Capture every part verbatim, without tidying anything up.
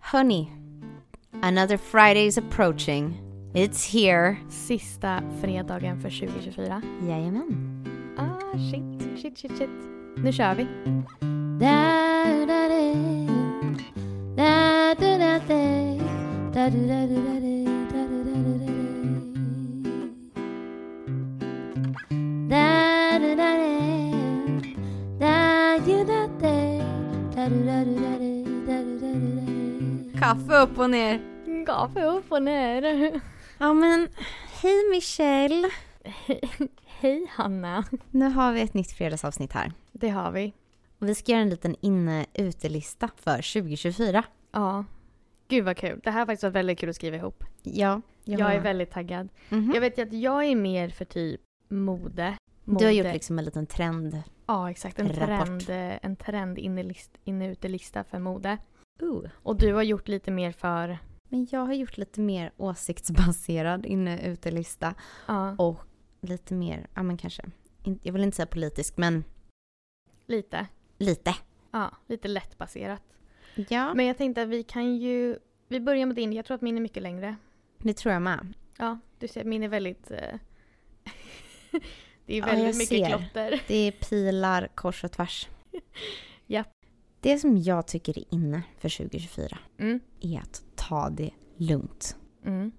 Hörni, another Friday is approaching. It's here. Sista fredagen för tjugo tjugofyra. Jajamän. Ah, shit, shit, shit, shit. Nu kör vi. Kaffe upp och ner. Kaffe upp och ner. Ja men, hej Michelle. Hej Hanna. Nu har vi ett nytt fredagsavsnitt här. Det har vi. Och vi ska göra en liten inne-utelista för tjugo tjugofyra. Ja. Gud vad kul. Det här har faktiskt varit väldigt kul att skriva ihop. Ja. Jag, jag är väldigt taggad. Mm-hmm. Jag vet ju att jag är mer för typ mode. mode. Du har gjort liksom en liten trend. Ja, exakt. En rapport. trend, en trend inne-utelista för mode. Uh. Och du har gjort lite mer för... Men jag har gjort lite mer åsiktsbaserad inne-utelista. Ja. Och lite mer, ja men kanske, jag vill inte säga politisk, men... Lite. Lite. Ja, lite lättbaserat. Ja. Men jag tänkte att vi kan ju... Vi börjar med din. Jag tror att min är mycket längre. Det tror jag med. Ja, du ser, min är väldigt... Uh... det är Ja, väldigt jag mycket ser. klotter. Det är pilar kors och tvärs. Ja. Det som jag tycker är inne för tjugo tjugofyra Mm. är att ta det lugnt. Mm.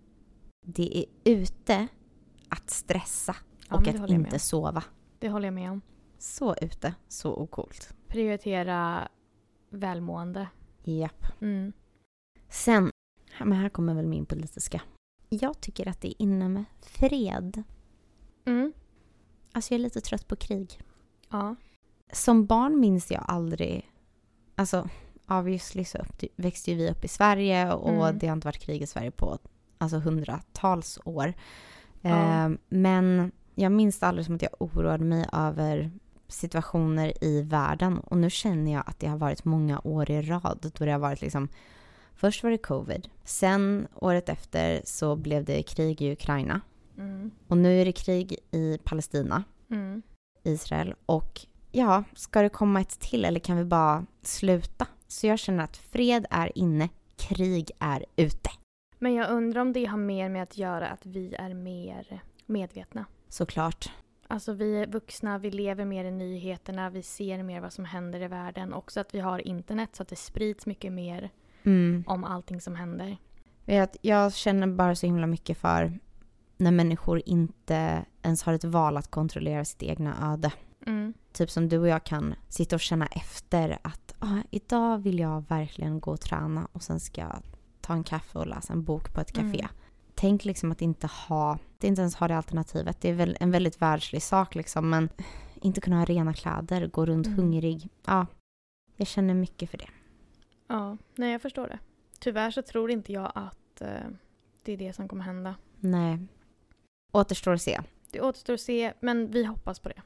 Det är ute att stressa Ja, och men det att håller jag med inte om. sova. Det håller jag med om. Så ute, så ocoolt. Prioritera välmående. Japp. Mm. Sen, ja, men här kommer väl min politiska. Jag tycker att det är inne med fred. Mm. Alltså jag är lite trött på krig. Ja. Som barn minns jag aldrig, alltså obviously så upp, växte ju vi upp i Sverige och Mm. det har inte varit krig i Sverige på alltså hundratals år. Ja. Eh, men jag minns aldrig som att jag oroade mig över situationer i världen och nu känner jag att det har varit många år i rad då det har varit liksom, först var det covid, sen året efter så blev det krig i Ukraina Mm. och nu är det krig i Palestina, Mm. Israel och ja, ska det komma ett till eller kan vi bara sluta? Så jag känner att fred är inne, krig är ute. Men jag undrar om det har mer med att göra att vi är mer medvetna. Såklart. Alltså vi är vuxna, vi lever mer i nyheterna, vi ser mer vad som händer i världen. Också att vi har internet så att det sprids mycket mer Mm. om allting som händer. Vet, jag känner bara så himla mycket för när människor inte ens har ett val att kontrollera sitt egna öde. Mm. Typ som du och jag kan sitta och känna efter att ah, idag vill jag verkligen gå och träna och sen ska jag ta en kaffe och läsa en bok på ett café. Mm. Tänk liksom att inte ha, det inte ens ha det alternativet. Det är väl en väldigt världslig sak liksom, men inte kunna ha rena kläder, gå runt Mm. hungrig. Ja, jag känner mycket för det. Ja, nej jag förstår det. Tyvärr så tror inte jag att eh, det är det som kommer hända. Nej. Återstår att se. Det återstår att se, men vi hoppas på det.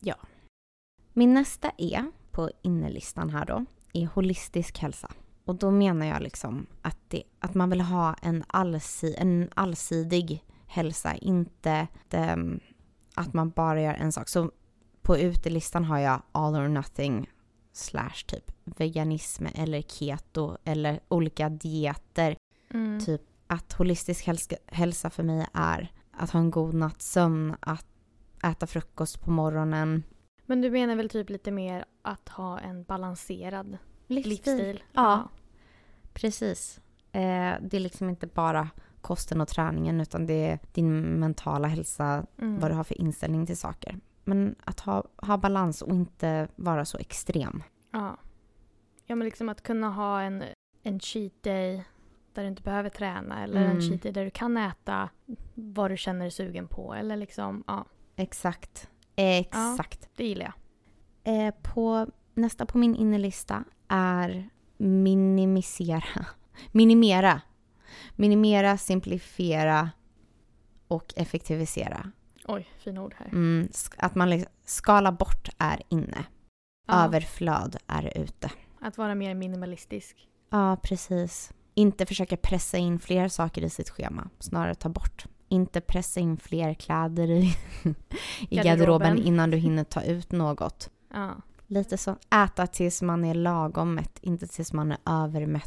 Min nästa är på innerlistan här då är holistisk hälsa. Och då menar jag liksom att, det, att man vill ha en, allsi, en allsidig hälsa. Inte det, att man bara gör en sak. Så på utelistan har jag all or nothing slash typ veganism eller keto eller olika dieter. Mm. Typ att holistisk hälsa, hälsa för mig är att ha en god natts sömn, att äta frukost på morgonen. Men du menar väl typ lite mer att ha en balanserad Livsstil. livsstil? Ja, precis. Eh, det är liksom inte bara kosten och träningen utan det är din mentala hälsa, Mm. vad du har för inställning till saker. Men att ha, ha balans och inte vara så extrem. Ja. Ja, men liksom att kunna ha en, en cheat day där du inte behöver träna. Eller Mm. en cheat day där du kan äta vad du känner dig sugen på. Eller liksom, ja, Exakt. Exakt. det gillar jag. Eh, på, nästa på min innerlista är minimisera. Minimera. Minimera, simplifiera och effektivisera. Oj, fina ord här. Mm, sk- att man liksom, skala bort är inne. Ja, Överflöd är ute. att vara mer minimalistisk. Ja, precis. Inte försöka pressa in fler saker i sitt schema. Snarare ta bort. Inte pressa in fler kläder i, i garderoben. Garderoben. innan du hinner ta ut något. Ja. Lite så. Äta tills man är lagom mätt. Inte tills man är övermätt.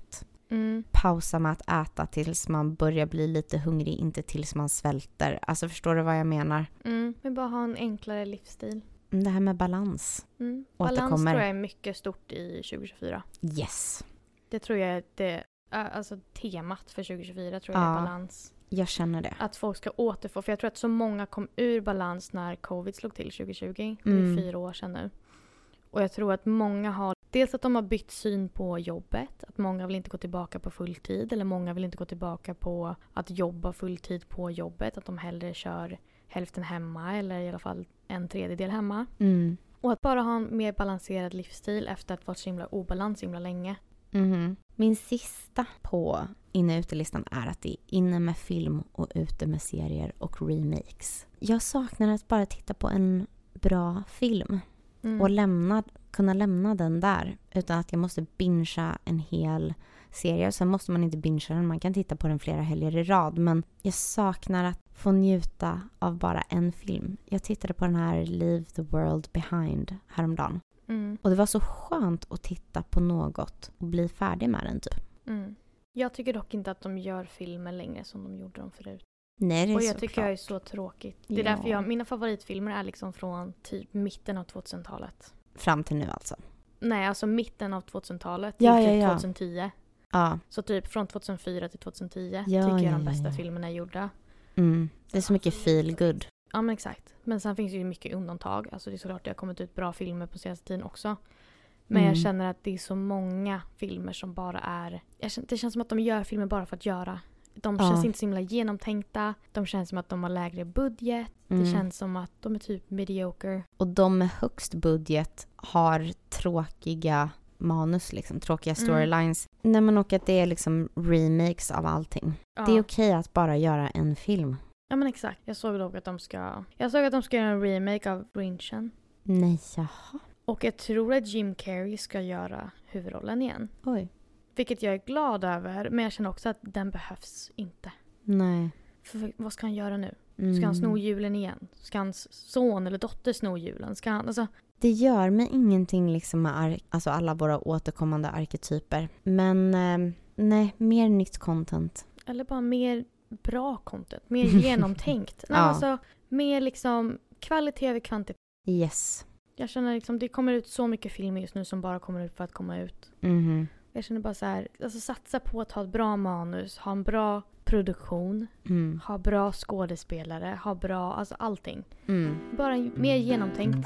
Mm. Pausa med att äta tills man börjar bli lite hungrig, inte tills man svälter. Alltså förstår du vad jag menar? Mm. Vi bara ha en enklare livsstil. Det här med balans. Mm. Balans Återkommer. tror jag är mycket stort i tjugo tjugofyra. Yes. Det tror jag är det, alltså temat för tjugo tjugofyra tror jag Ja. är balans. Jag känner det. Att folk ska återfå, för jag tror att så många kom ur balans när covid slog till tjugo tjugo. Det är Mm. fyra år sedan nu. Och jag tror att många har, dels att de har bytt syn på jobbet. Att många vill inte gå tillbaka på fulltid. Eller många vill inte gå tillbaka på att jobba fulltid på jobbet. Att de hellre kör hälften hemma eller i alla fall en tredjedel hemma. Mm. Och att bara ha en mer balanserad livsstil efter att varit så himla obalans så himla länge. Mm. Min sista på inne-ute-listan är att det är inne med film och ute med serier och remakes. Jag saknar att bara titta på en bra film Mm. och lämna, kunna lämna den där utan att jag måste bingea en hel serie. Sen måste man inte bingea den, man kan titta på den flera helger i rad, men jag saknar att få njuta av bara en film. Jag tittade på den här Leave the World Behind häromdagen. Mm. Och det var så skönt att titta på något och bli färdig med den typ. Mm. Jag tycker dock inte att de gör filmer längre som de gjorde dem förut. Nej, det är Och jag så tycker klart. jag är så tråkigt. Det är Ja. därför jag, mina favoritfilmer är liksom från typ mitten av tvåtusentalet. Fram till nu alltså. Nej, alltså mitten av tvåtusentalet till Ja, typ ja, ja. tjugohundratio. Ja. Så typ från tjugohundrafyra till tjugohundratio Ja, tycker jag ja, de ja, bästa ja. filmerna är gjorda. Mm. Det är så mycket feel good. Ja, men exakt. Men sen finns det ju mycket undantag. Alltså det är såklart det har kommit ut bra filmer på senaste tiden också. Men Mm. jag känner att det är så många filmer som bara är... Jag känner, det känns som att de gör filmer bara för att göra. De Ja. känns inte så himla genomtänkta. De känns som att de har lägre budget. Mm. Det känns som att de är typ mediocre. Och de med högst budget har tråkiga manus, liksom, tråkiga Mm. storylines. Nej, men och att det är liksom remakes av allting. Ja. Det är okej att bara göra en film. Ja, men exakt. Jag såg dock att de ska... Jag såg att de ska göra en remake av Grinchen. Nej, jaha. Och jag tror att Jim Carrey ska göra huvudrollen igen. Oj. Vilket jag är glad över. Men jag känner också att den behövs inte. Nej. För vad ska han göra nu? Mm. Ska han sno julen igen? Ska hans son eller dotter sno julen? Ska han... Alltså, Det gör mig ingenting liksom med ar- alltså alla våra återkommande arketyper. Men eh, nej, mer nytt content. eller bara mer bra content. Mer genomtänkt. Nej, Ja. alltså, mer liksom kvalitet över kvantitet. Yes. Jag känner liksom, det kommer ut så mycket filmer just nu som bara kommer ut för att komma ut. Mhm. Jag känner bara så här, alltså satsa på att ha ett bra manus, ha en bra produktion, Mm. ha bra skådespelare, ha bra, alltså allting. Mm. Bara mer genomtänkt.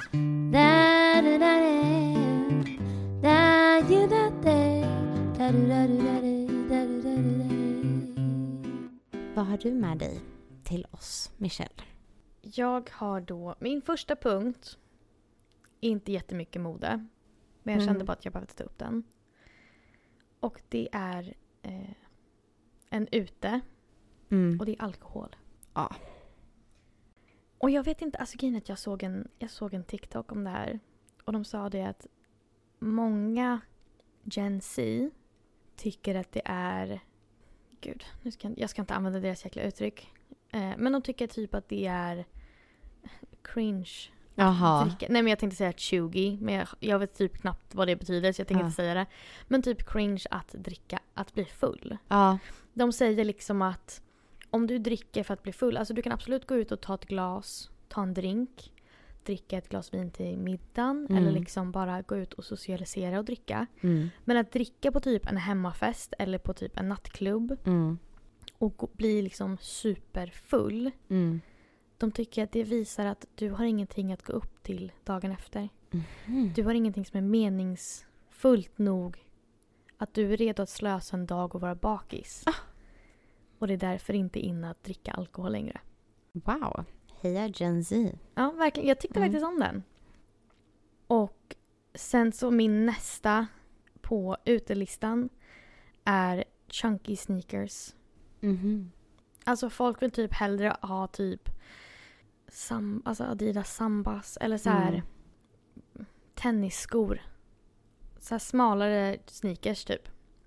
Vad har du med dig till oss, Michelle? Jag har då, min första punkt, inte jättemycket mode, men jag Mm. kände bara att jag behövde ta upp den. Och det är eh, en ute. Mm. Och det är alkohol. Ja. Och jag vet inte, alltså grejen är att jag såg en, jag såg en TikTok om det här. Och de sa det att många Gen Z tycker att det är... Gud, nu ska jag, jag ska inte använda deras jäkla uttryck. Eh, men de tycker typ att det är cringe. Jaha. Dricka. Nej, men jag tänkte säga tjugo, men jag, jag vet typ knappt vad det betyder så jag tänker Ja. inte säga det. Men typ cringe att dricka, att bli full. Ja. De säger liksom att om du dricker för att bli full, alltså du kan absolut gå ut och ta ett glas, ta en drink, dricka ett glas vin till middagen Mm. eller liksom bara gå ut och socialisera och dricka. Mm. Men att dricka på typ en hemmafest eller på typ en nattklubb Mm. och gå, bli liksom superfull, Mm. de tycker att det visar att du har ingenting att gå upp till dagen efter. Mm. Du har ingenting som är meningsfullt nog att du är redo att slösa en dag och vara bakis. Ah. Och det är därför inte inne att dricka alkohol längre. Wow. Heja Gen Z. Ja, verkligen. Jag tyckte Mm. faktiskt om den. Och sen så min nästa på utelistan är chunky sneakers. Mhm. Alltså folk vill typ hellre ha typ sam, alltså Adidas Sambas eller så här Mm. tennisskor. Så här smalare sneakers typ.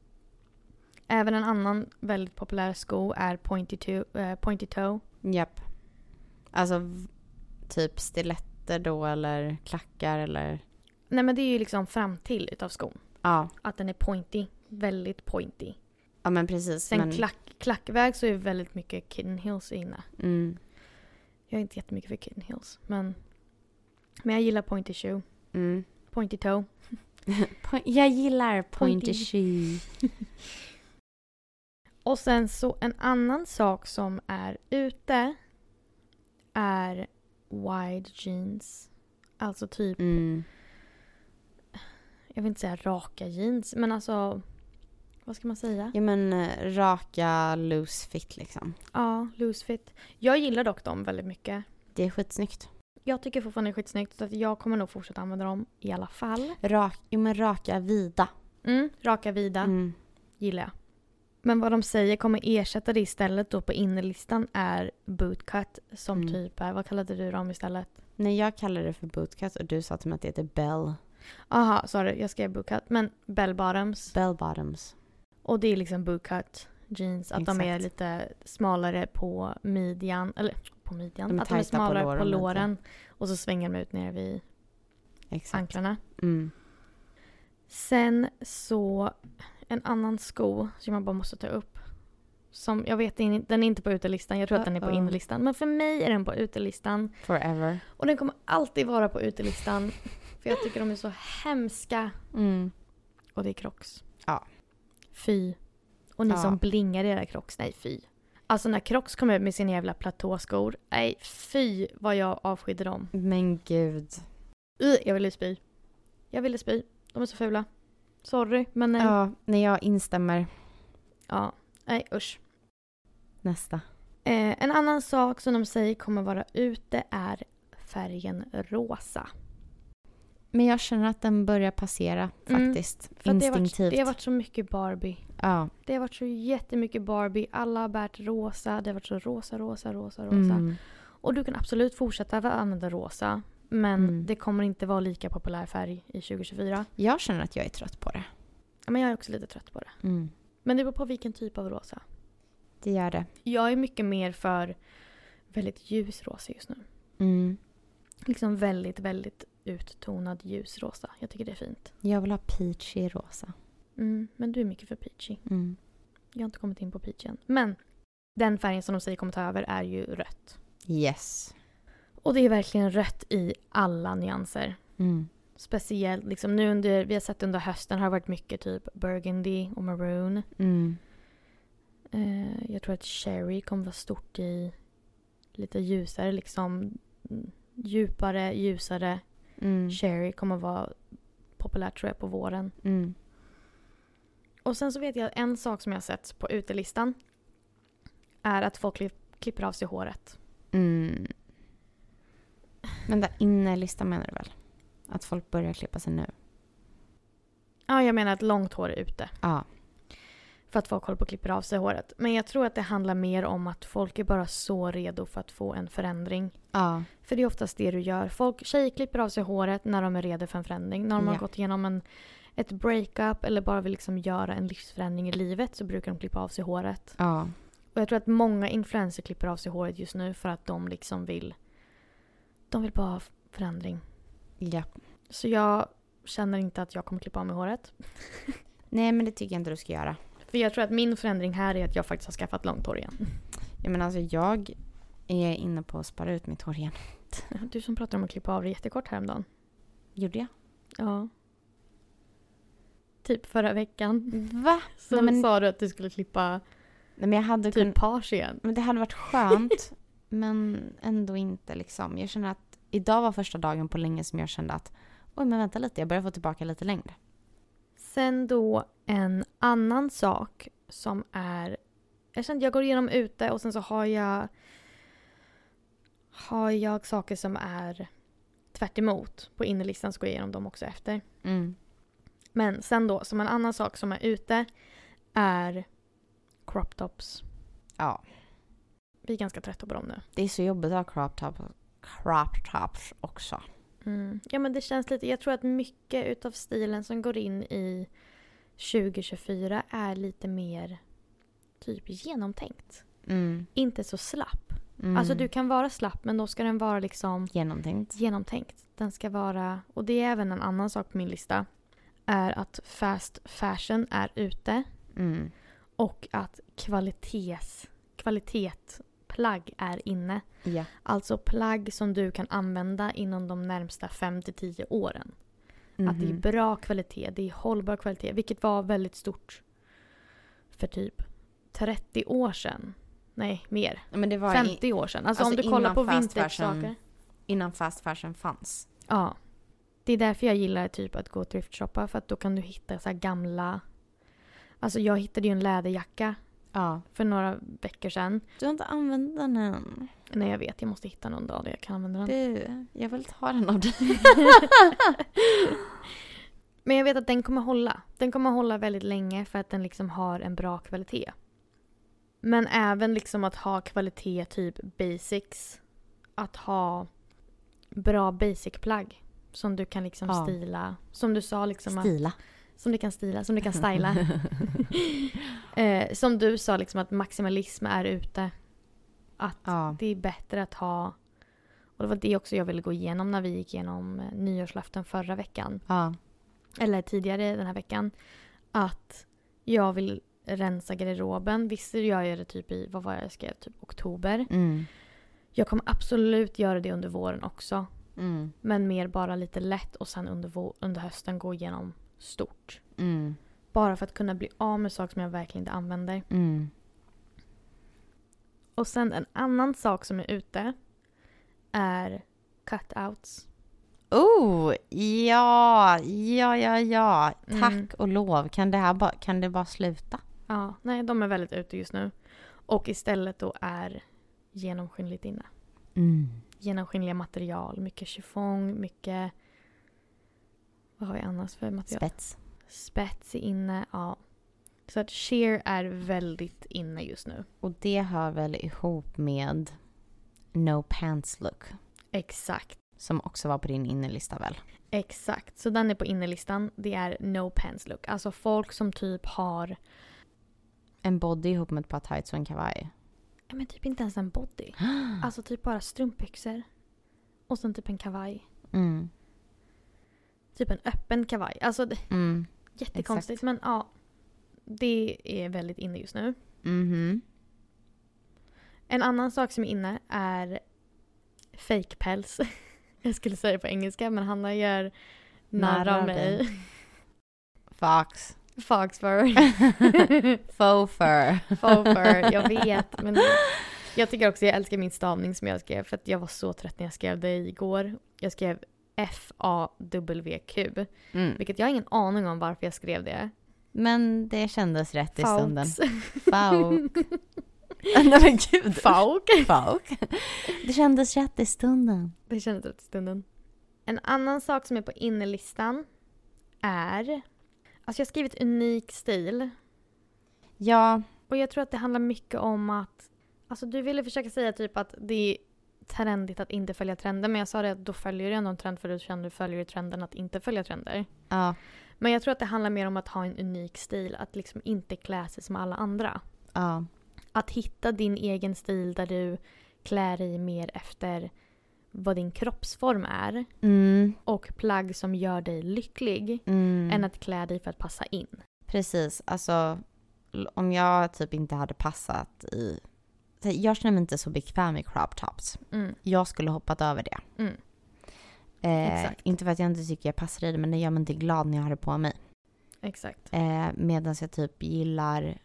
Även en annan väldigt populär sko är pointy, to, uh, pointy toe. Japp. Alltså v- typ stiletter då eller klackar eller... Nej, men det är ju liksom fram till utav skon. Ja. Att den är pointy. Väldigt pointy. Ja, men precis. Sen men... klack, klackväg så är väldigt mycket Kitten Hills inne. Mm. Jag är inte jättemycket för Kitten Hills. Men, men jag gillar pointy shoe. Mm. Pointy toe. Jag gillar pointy Pointy. shoe. Och sen så en annan sak som är ute är wide jeans. Alltså typ, Mm. jag vill inte säga raka jeans, men alltså, vad ska man säga? Ja, men eh, raka loose fit liksom. Ja, loose fit. Jag gillar dock dem väldigt mycket. Det är skitsnyggt. Jag tycker fortfarande det är skitsnyggt, så att jag kommer nog fortsätta använda dem i alla fall. Rak, jo, men raka vida. Mm, raka vida Mm. gillar jag. Men vad de säger kommer ersätta det istället då på innerlistan är bootcut som Mm. typ är, vad kallade du dem istället? Nej, jag kallar det för bootcut och du sa till mig att det heter bell. Aha, sorry, jag skrev bootcut. Men bell bottoms. Bell bottoms. Och det är liksom bootcut jeans. Att de är Exakt. lite smalare på midjan. Eller på midjan. De är att de är tajta på smalare låren på lite. låren. Och så svänger de ut ner vid Exakt. anklarna. Mm. Sen så en annan sko som jag bara måste ta upp. Som jag vet, den är inte på utelistan. Jag tror att den är på Uh-oh. innerlistan. Men för mig är den på utelistan. Forever. Och den kommer alltid vara på utelistan. För jag tycker de är så hemska. Mm. Och det är Crocs. Ja. Fy. Och ni Ja. som blingar i era Crocs. Nej, fy. Alltså när Crocs kom ut med sina jävla platåskor. Nej, fy vad jag avskydde dem. Men gud. Uh, jag ville spy. Jag ville spy. De är så fula. Sorry, men nej. Ja. Ja, när jag instämmer. ja. Nej, usch. Nästa. Eh, en annan sak som de säger kommer vara ute är färgen rosa. Men jag känner att den börjar passera Mm, faktiskt. För att det, har varit, Instinktivt. det har varit så mycket Barbie. Ja. Det har varit så jättemycket Barbie. Alla har bärt rosa. Det har varit så rosa, rosa, rosa, rosa. Mm. Och du kan absolut fortsätta använda rosa. Men Mm. det kommer inte vara lika populär färg i tjugo tjugofyra. Jag känner att jag är trött på det. Ja, men jag är också lite trött på det. Mm. Men det beror på vilken typ av rosa. Det gör det. Jag är mycket mer för väldigt ljus rosa just nu. Mm. Liksom väldigt, väldigt uttonad ljusrosa. Jag tycker det är fint. Jag vill ha peachy rosa. Mm, men du är mycket för peachy. Mm. Jag har inte kommit in på peach än. Men den färgen som de säger kommer ta över är ju rött. Yes. Och det är verkligen rött i alla nyanser. Mm. Speciellt liksom nu under, vi har sett under hösten har det varit mycket typ burgundy och maroon. Mm. Eh, jag tror att cherry kommer vara stort i lite ljusare liksom mm, djupare, ljusare. Mm. Cherry kommer vara populärt tror jag på våren. Mm. Och sen så vet jag en sak som jag har sett på utelistan är att folk klipp, klipper av sig håret. Mm. Men där innerlistan menar du väl? Att folk börjar klippa sig nu? Ja, jag menar att långt hår är ute. Ja. För att folk håller på att klippa av sig håret. Men jag tror att det handlar mer om att folk är bara så redo för att få en förändring. Ja. För det är oftast det du gör. Folk, tjejer klipper av sig håret när de är redo för en förändring. När de Ja. har gått igenom en, ett breakup eller bara vill liksom göra en livsförändring i livet så brukar de klippa av sig håret. Ja. Och jag tror att många influencer klipper av sig håret just nu för att de liksom vill de vill bara ha förändring. Ja. Så jag känner inte att jag kommer klippa av mig håret. Nej, men det tycker jag inte du ska göra. För jag tror att min förändring här är att jag faktiskt har skaffat långt hår igen. Jag menar alltså jag är inne på att spara ut mitt hår igen. Du som pratar om att klippa av det jättekort häromdagen. Gjorde jag? Ja. Typ förra veckan. Va? Så Nej, men- sa du att du skulle klippa Nej, men jag hade typ kunnat... page igen. Men det hade varit skönt. Men ändå inte liksom. Jag känner att idag var första dagen på länge som jag kände att oj, men vänta lite, jag börjar få tillbaka lite längre. Sen då en annan sak som är... Jag känner att jag går igenom ute och sen så har jag... Har jag saker som är tvärt emot. På innerlistan så går jag igenom dem också efter. Mm. Men sen då, som en annan sak som är ute är crop tops. Ja, Vi är ganska trötta på dem nu. det är så jobbigt att ha crop tops, crop tops också. Mm. Ja, men det känns lite... Jag tror att mycket utav stilen som går in i tjugo tjugofyra är lite mer typ genomtänkt. Mm. Inte så slapp. Mm. Alltså du kan vara slapp, men då ska den vara liksom Genomtänkt. genomtänkt. Den ska vara... Och det är även en annan sak på min lista. Är att fast fashion är ute. Mm. Och att kvalitets, kvalitetsplagg är inne. Ja. Alltså plagg som du kan använda inom de närmsta fem till tio åren. Mm-hmm. Att det är bra kvalitet, det är hållbar kvalitet. Vilket var väldigt stort för typ trettio år sedan. Nej, mer. Men det var femtio år sedan. Alltså, alltså om du kollar på innan fast vintage-saker. Innan fast fashion fanns. Ja. Det är därför jag gillar typ att gå och thrift-shoppa. För att då kan du hitta så här gamla... Alltså jag hittade ju en läderjacka Ja. för några veckor sedan. Du har inte använt den än. Nej, jag vet. Jag måste hitta någon dag där jag kan använda den. Du, jag vill ta den av dig. Men jag vet att den kommer hålla. Den kommer hålla väldigt länge för att den liksom har en bra kvalitet. Men även liksom att ha kvalitet typ basics. Att ha bra basic-plagg som du kan liksom Ja. stila. Som du sa liksom. Stila. Att, som du kan stila, som du kan styla. eh, som du sa liksom att maximalism är ute. Att Ja. det är bättre att ha. Och det var det också jag ville gå igenom när vi gick igenom eh, nyårslöften förra veckan. Ja. Eller tidigare den här veckan. Att jag vill rensa garderoben. Visst gör jag det typ i, vad var jag skrev, typ oktober. Mm. Jag kommer absolut göra det under våren också. Mm. Men mer bara lite lätt och sen under, vå- under hösten gå igenom stort. Mm. Bara för att kunna bli av med saker som jag verkligen inte använder. Mm. Och sen en annan sak som är ute är cutouts. Oh, ja, ja, ja, ja. Tack Mm. och lov. Kan det här bara, kan det bara sluta? Ja, nej, de är väldigt ute just nu. Och istället då är genomskinligt inne. Mm. Genomskinliga material. Mycket chiffong, mycket... Vad har jag annars för material? Spets. Spets är inne, ja. Så att sheer är väldigt inne just nu. Och det hör väl ihop med no pants look. Exakt. Som också var på din innerlista väl? Exakt. Så den är på innerlistan. Det är no pants look. Alltså folk som typ har... En body ihop med ett par tights och en kavaj. Ja, men typ inte ens en body. Alltså typ bara strumpbyxor. Och sen typ en kavaj. Mm. Typ en öppen kavaj. Alltså det, Mm. jättekonstigt. Exakt. Men ja. Det är väldigt inne just nu. Mhm. En annan sak som är inne är fake päls. Jag skulle säga det på engelska, men Hanna gör narr av mig. Fox. Fox fur. Faux fur. Faux fur, jag vet. Men jag tycker också, jag älskar min stavning som jag skrev. För att jag var så trött när jag skrev det igår. Jag skrev F A W Q. Mm. Vilket jag har ingen aning om varför jag skrev det. Men det kändes rätt i Faux. stunden. Fauk. Nej men gud. Fauk. Fauk. Det kändes rätt i stunden. Det kändes rätt i stunden. En annan sak som är på innerlistan är... Alltså jag har skrivit unik stil. Ja. Och jag tror att det handlar mycket om att... Alltså du ville försöka säga typ att det är trendigt att inte följa trender. Men jag sa det att då följer du ändå en trend för du känner du följer trenden att inte följa trender. Ja. Men jag tror att det handlar mer om att ha en unik stil. Att liksom inte klä sig som alla andra. Ja. Att hitta din egen stil där du klär dig mer efter vad din kroppsform är. Mm. Och plagg som gör dig lycklig. Mm. Än att klä dig för att passa in. Precis. Alltså l- om jag typ inte hade passat i... Jag känner mig inte så bekväm i crop tops. Mm. Jag skulle hoppat över det. Mm. Eh, Exakt. inte för att jag inte tycker jag passar i det, men det gör mig inte glad när jag har det på mig. Exakt. Eh, Medan jag typ gillar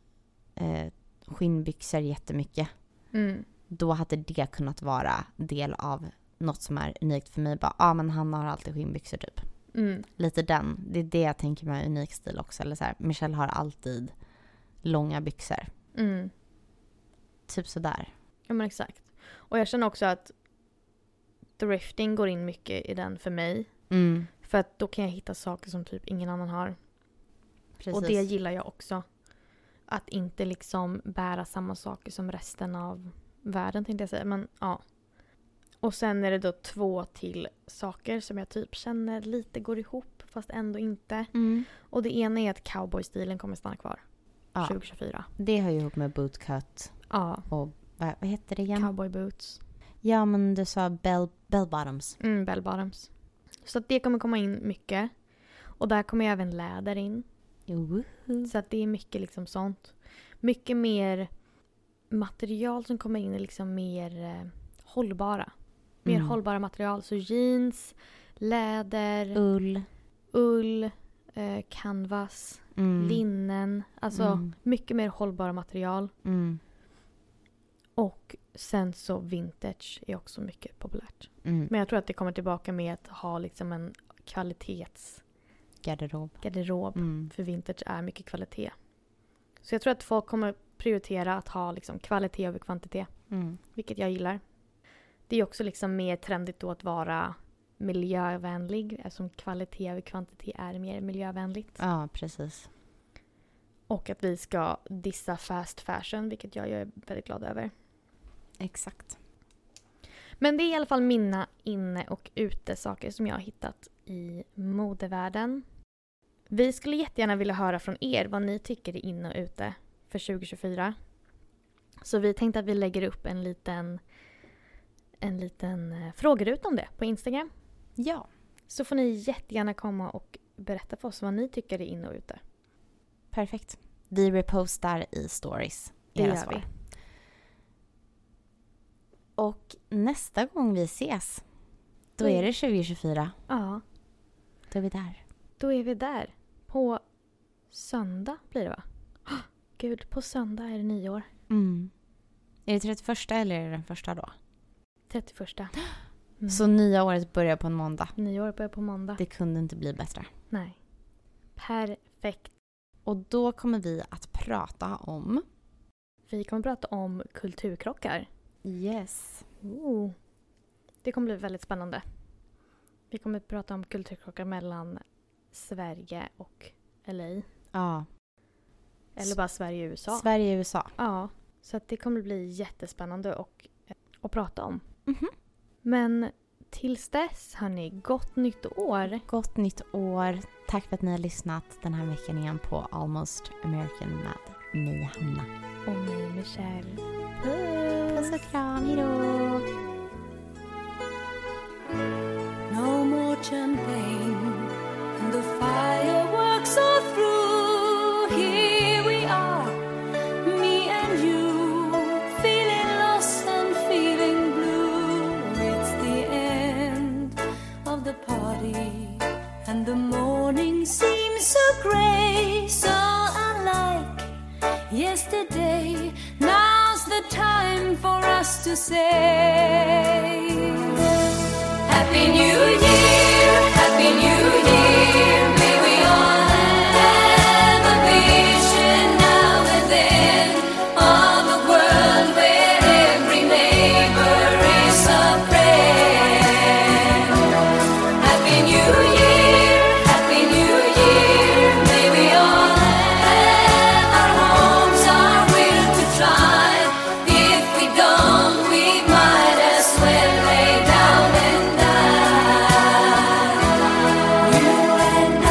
eh, skinnbyxor jättemycket. Mm. Då hade det kunnat vara del av något som är unikt för mig. Ja, ah, men han har alltid skinnbyxor typ. Mm. Lite den. Det är det jag tänker med unik stil också. Eller så här, Michelle har alltid långa byxor. Mm. Typ sådär. Ja men exakt. Och jag känner också att thrifting går in mycket i den för mig. Mm. För att då kan jag hitta saker som typ ingen annan har. Precis. Och det gillar jag också. Att inte liksom bära samma saker som resten av världen tänkte jag säga. Men ja. Och sen är det då två till saker som jag typ känner lite går ihop fast ändå inte. Mm. Och det ena är att cowboy-stilen kommer stanna kvar. Ja. tjugo tjugofyra. Det hör ju ihop med bootcut Ja. och vad, vad heter det igen? Cowboy boots. Ja, men du sa bell, bell bottoms. Mm, bell bottoms. Så att det kommer komma in mycket. Och där kommer även läder in. Woho. Så att det är mycket liksom sånt. Mycket mer material som kommer in är liksom mer eh, hållbara. Mer Mm. hållbara material. Så jeans, läder, Ull. ull, eh, canvas, Mm. linnen. Alltså Mm. mycket mer hållbara material. Mm. Och sen så vintage är också mycket populärt. Mm. Men jag tror att det kommer tillbaka med att ha liksom en kvalitetsgarderob. Garderob. Mm. För vintage är mycket kvalitet. Så jag tror att folk kommer prioritera att ha liksom kvalitet över kvantitet. Mm. Vilket jag gillar. Det är också liksom mer trendigt då att vara miljövänlig. Eftersom kvalitet över kvantitet är mer miljövänligt. Ja, precis. Och att vi ska dissa fast fashion. Vilket jag är väldigt glad över. Exakt. Men det är i alla fall mina inne- och ute-saker som jag har hittat i modevärlden. Vi skulle jättegärna vilja höra från er vad ni tycker är inne och ute för tjugo tjugofyra. Så vi tänkte att vi lägger upp en liten, en liten eh, frågeruta om det på Instagram. Ja. Så får ni jättegärna komma och berätta för oss vad ni tycker är inne och ute. Perfekt. Vi repostar i stories. Det era gör svar. vi. Och nästa gång vi ses, då Oj. är det tjugo tjugofyra. Ja, Då är vi där. då är vi där. På söndag blir det va? Oh, Gud, på söndag är det nyår. Mm. Är det trettioförsta eller är det den första då? trettioförsta. Mm. Så nya året börjar på en måndag. Nyår börjar på måndag. Det kunde inte bli bättre. Nej. Perfekt. Och då kommer vi att prata om... Vi kommer prata om kulturkrockar. Yes. Oh. Det kommer bli väldigt spännande. Vi kommer prata om kulturkrockar mellan Sverige och L A. Ja. Eller bara Sverige och U S A. Sverige och U S A. Ja, så att det kommer bli jättespännande och, att prata om. Mhm. Men tills dess, hörni, gott nytt år. Gott nytt år. Tack för att ni har lyssnat den här veckan igen på Almost American med mig, Hanna. Och mig, Michelle. Puss och kram. Hejdå! No more champagne and the fireworks are through. Here we are, me and you, feeling lost and feeling blue. It's the end of the party and the morning seems so grey, so unlike yesterday. Now's the time for us to say Happy New Year, Happy New Year. May we all have a vision now and then of a world where every neighbor is a friend. Happy New Year, Happy New Year. May we all have our homes, our will to try. If we don't, we might as well lay down and die. You and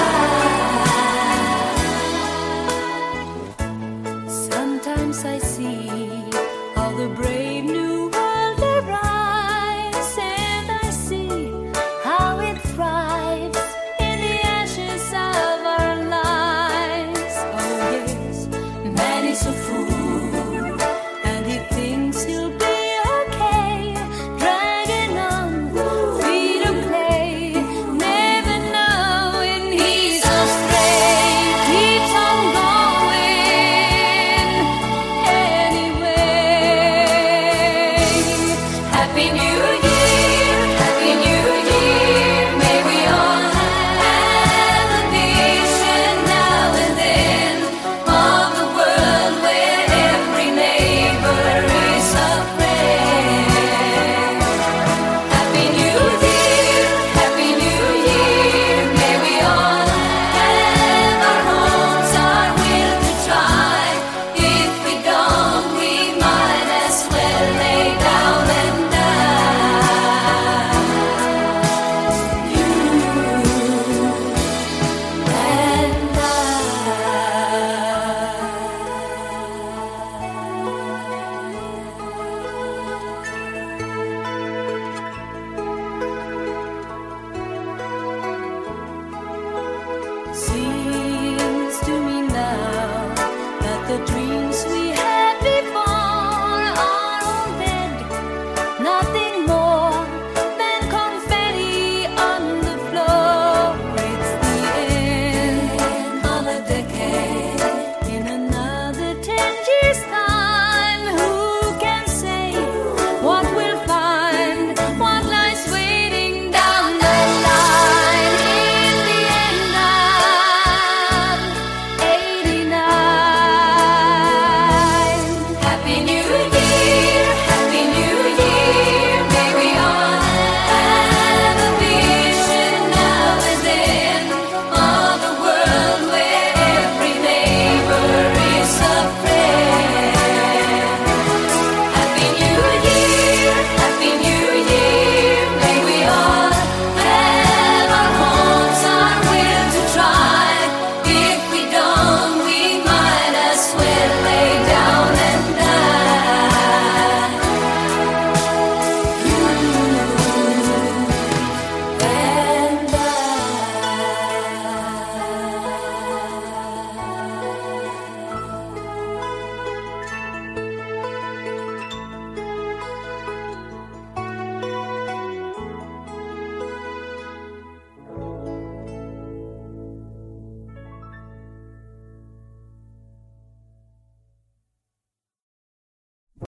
I. Sometimes I see how the brave new world arrives, and I see how it thrives in the ashes of our lives. Oh yes, man is a fool, and he thinks he'll be okay, dragging on, free to play, never knowing he's astray, keeps on going anyway. Happy New